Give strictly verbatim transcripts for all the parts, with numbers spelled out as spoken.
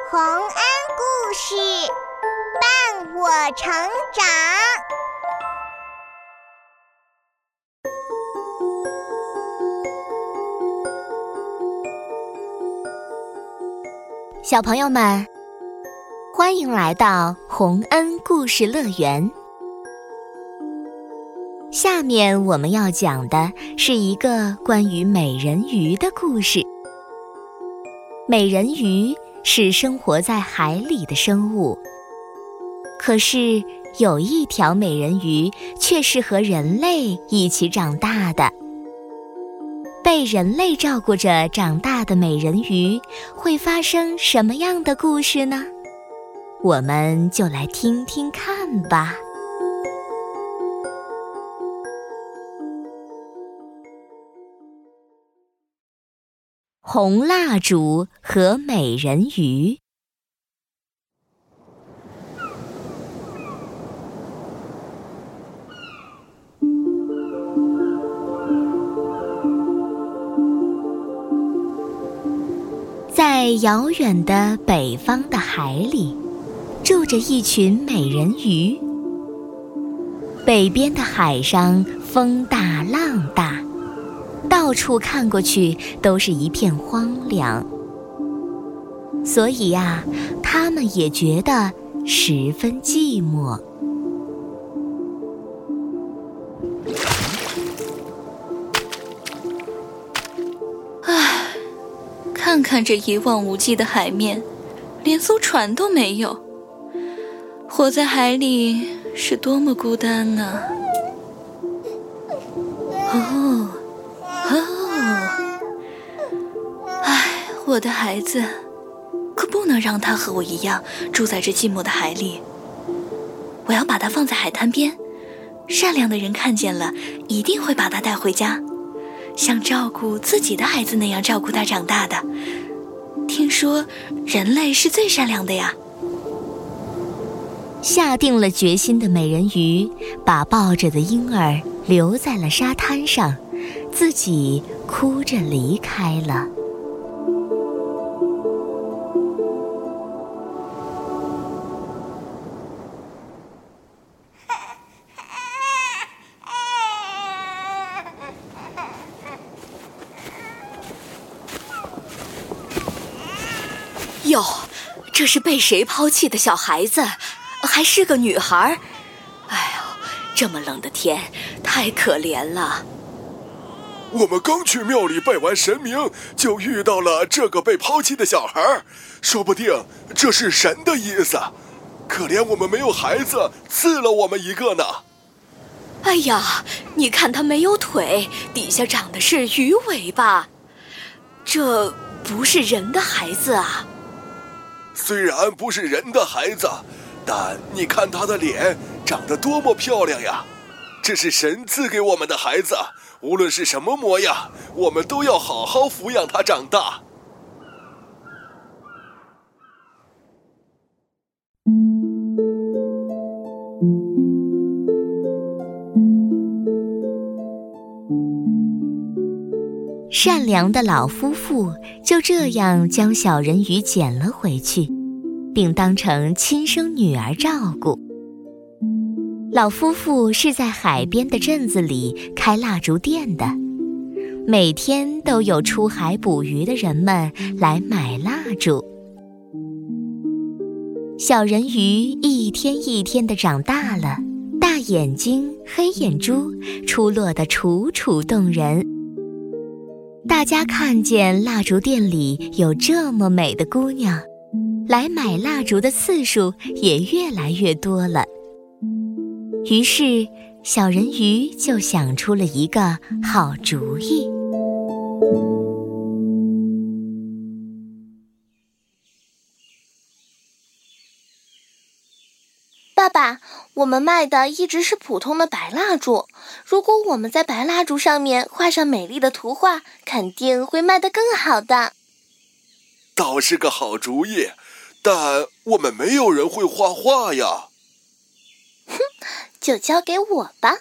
洪恩故事伴我成长。 小朋友们，欢迎来到洪恩故事乐园。下面我们要讲的是一个关于美人鱼的故事。美人鱼是生活在海里的生物，可是有一条美人鱼却是和人类一起长大的。被人类照顾着长大的美人鱼会发生什么样的故事呢？我们就来听听看吧。红蜡烛和美人鱼。在遥远的北方的海里，住着一群美人鱼。北边的海上风大浪大，到处看过去都是一片荒凉，所以呀，他们也觉得十分寂寞。 唉，看看这一望无际的海面，连艘船都没有。活在海里是多么孤单啊！哦，哦，唉，我的孩子，可不能让他和我一样住在这寂寞的海里。我要把他放在海滩边，善良的人看见了，一定会把他带回家，像照顾自己的孩子那样照顾他长大的。听说人类是最善良的呀。 下定了决心的美人鱼把抱着的婴儿留在了沙滩上，自己哭着离开了。哟，这是被谁抛弃的小孩子，还是个女孩。哎呦，这么冷的天，太可怜了。 我们刚去庙里拜完神明，就遇到了这个被抛弃的小孩，说不定这是神的意思。可怜我们没有孩子，赐了我们一个呢。 哎呀，你看他没有腿，底下长的是鱼尾巴，这不是人的孩子啊。 虽然不是人的孩子，但你看他的脸长得多么漂亮呀！这是神赐给我们的孩子，无论是什么模样，我们都要好好抚养他长大。 善良的老夫妇就这样将小人鱼捡了回去，并当成亲生女儿照顾。老夫妇是在海边的镇子里开蜡烛店的，每天都有出海捕鱼的人们来买蜡烛。小人鱼一天一天地长大了，大眼睛、黑眼珠出落得楚楚动人。大家看见蜡烛店里有这么美的姑娘，来买蜡烛的次数也越来越多了。于是小人鱼就想出了一个好主意。 爸爸，我们卖的一直是普通的白蜡烛，如果我们在白蜡烛上面画上美丽的图画，肯定会卖得更好的。 倒是个好主意，但我们没有人会画画呀。 哼，就交给我吧。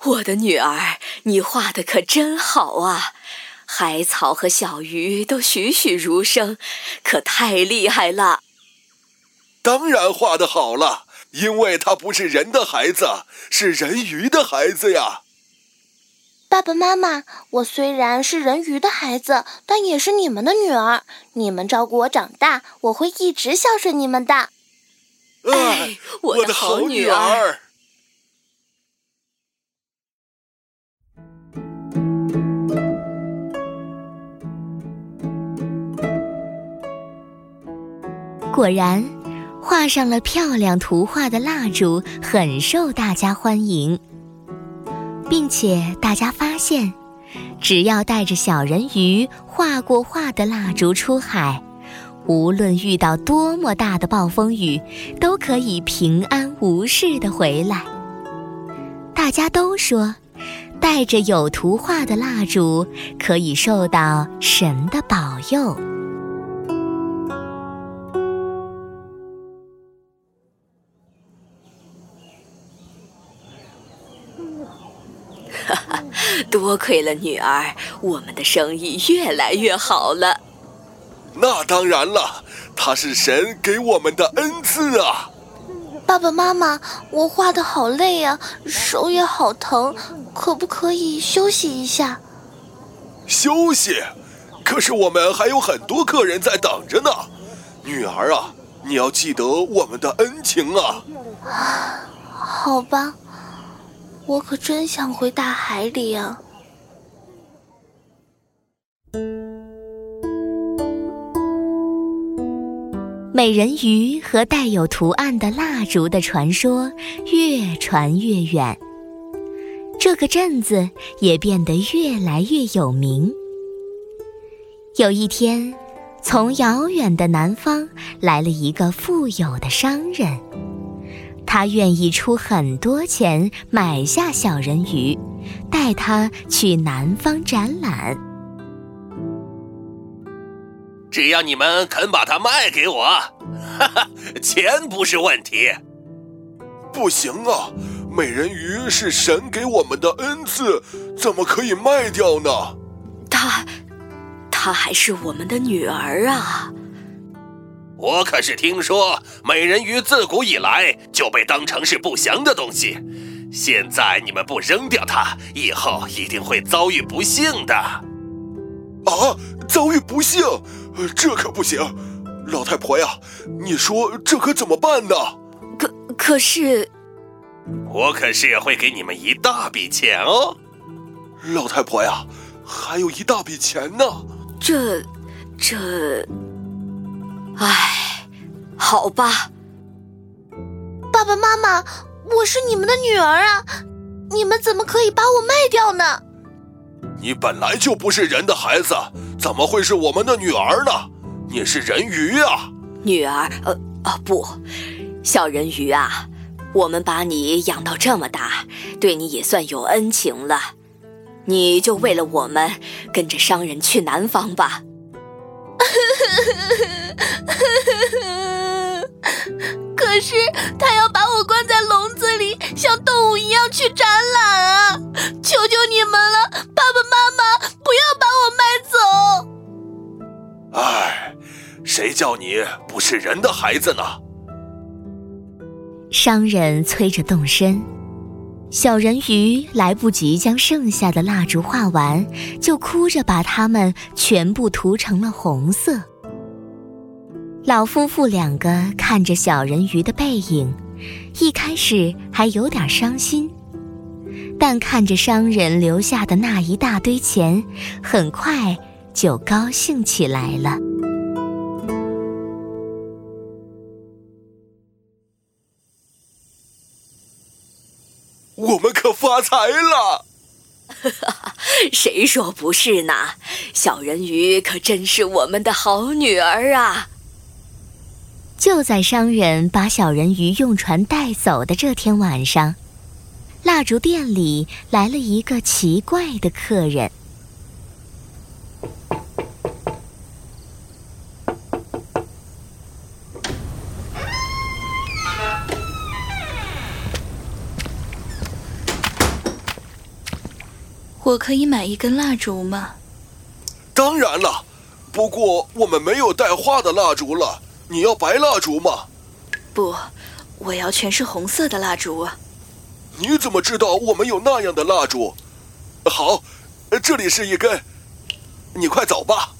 我的女儿，你画的可真好啊！海草和小鱼都栩栩如生，可太厉害了。 当然画得好了，因为他不是人的孩子，是人鱼的孩子呀。 爸爸妈妈，我虽然是人鱼的孩子，但也是你们的女儿。你们照顾我长大，我会一直孝顺你们的。 哎，我的好女儿。 果然，画上了漂亮图画的蜡烛很受大家欢迎，并且大家发现，只要带着小人鱼画过画的蜡烛出海，无论遇到多么大的暴风雨，都可以平安无事地回来。大家都说，带着有图画的蜡烛可以受到神的保佑。 多亏了女儿，我们的生意越来越好了。 那当然了，她是神给我们的恩赐啊。 爸爸妈妈，我画得好累啊，手也好疼，可不可以休息一下？ 休息？可是我们还有很多客人在等着呢。女儿啊，你要记得我们的恩情啊。 好吧，我可真想回大海里啊。 美人鱼和带有图案的蜡烛的传说越传越远，这个镇子也变得越来越有名。有一天，从遥远的南方来了一个富有的商人，他愿意出很多钱买下小人鱼，带他去南方展览。 只要你们肯把它卖给我，哈哈，钱不是问题。 不行啊，美人鱼是神给我们的恩赐，怎么可以卖掉呢？ 她，她还是我们的女儿啊。 我可是听说，美人鱼自古以来就被当成是不祥的东西。现在你们不扔掉它，以后一定会遭遇不幸的。 啊，遭遇不幸？这可不行！老太婆呀，你说这可怎么办呢？ 可可是， 我可是会给你们一大笔钱哦。 老太婆呀，还有一大笔钱呢。 这，这，唉，好吧。 爸爸妈妈，我是你们的女儿啊，你们怎么可以把我卖掉呢？ 你本来就不是人的孩子，怎么会是我们的女儿呢？你是人鱼啊！ 女儿，呃，哦不，小人鱼啊，我们把你养到这么大，对你也算有恩情了。你就为了我们，跟着商人去南方吧。 可是他要把我关在笼子里，像动物一样去展览啊！求求你们了，爸爸妈妈，不要把我卖走！ 唉，谁叫你不是人的孩子呢？ 商人催着动身，小人鱼来不及将剩下的蜡烛画完，就哭着把它们全部涂成了红色。老夫妇两个看着小人鱼的背影，一开始还有点伤心，但看着商人留下的那一大堆钱，很快就高兴起来了。 我们可发财了！ 谁说不是呢？小人鱼可真是我们的好女儿啊！ 就在商人把小人鱼用船带走的这天晚上，蜡烛店里来了一个奇怪的客人。 我可以买一根蜡烛吗？ 当然了，不过我们没有带花的蜡烛了。你要白蜡烛吗？ 不，我要全是红色的蜡烛啊。 你怎么知道我们有那样的蜡烛？好，这里是一根，你快走吧。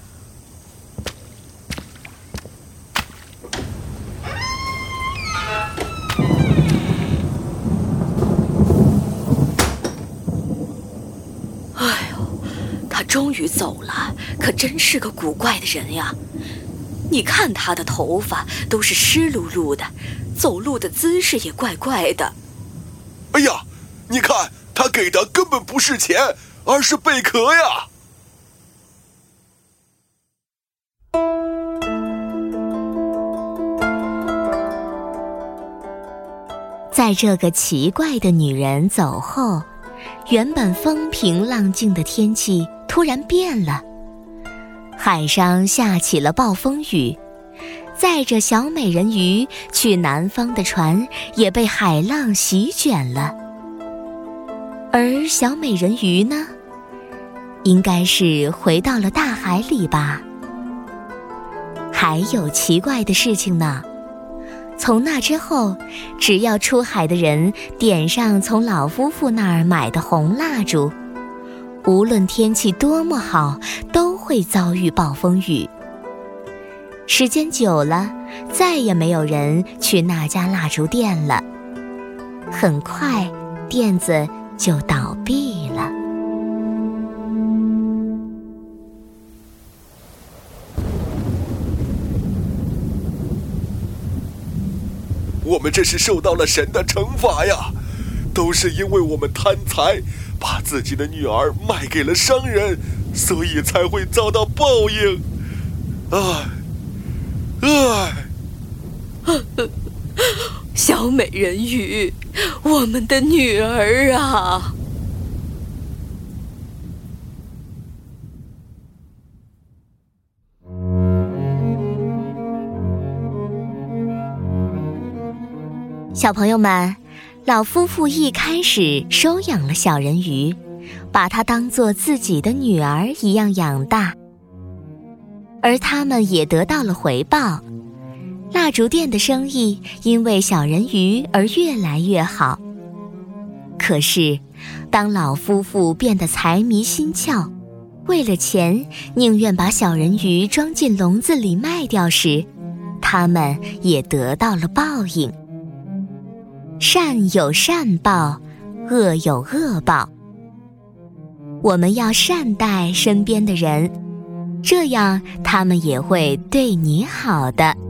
哎呦，他终于走了，可真是个古怪的人呀。你看他的头发都是湿漉漉的，走路的姿势也怪怪的。 哎呀，你看他给的根本不是钱，而是贝壳呀。 在这个奇怪的女人走后，原本风平浪静的天气突然变了，海上下起了暴风雨，载着小美人鱼去南方的船也被海浪席卷了。而小美人鱼呢，应该是回到了大海里吧。还有奇怪的事情呢，从那之后，只要出海的人点上从老夫妇那儿买的红蜡烛，无论天气多么好，都会遭遇暴风雨。时间久了，再也没有人去那家蜡烛店了。很快，店子就倒闭了。 我们这是受到了神的惩罚呀，都是因为我们贪财，把自己的女儿卖给了商人，所以才会遭到报应。唉，唉， 小美人鱼，我们的女儿啊！ 小朋友们，老夫妇一开始收养了小人鱼，把她当作自己的女儿一样养大，而他们也得到了回报。蜡烛店的生意因为小人鱼而越来越好。可是，当老夫妇变得财迷心窍，为了钱宁愿把小人鱼装进笼子里卖掉时，他们也得到了报应。善有善报，恶有恶报。我们要善待身边的人，这样他们也会对你好的。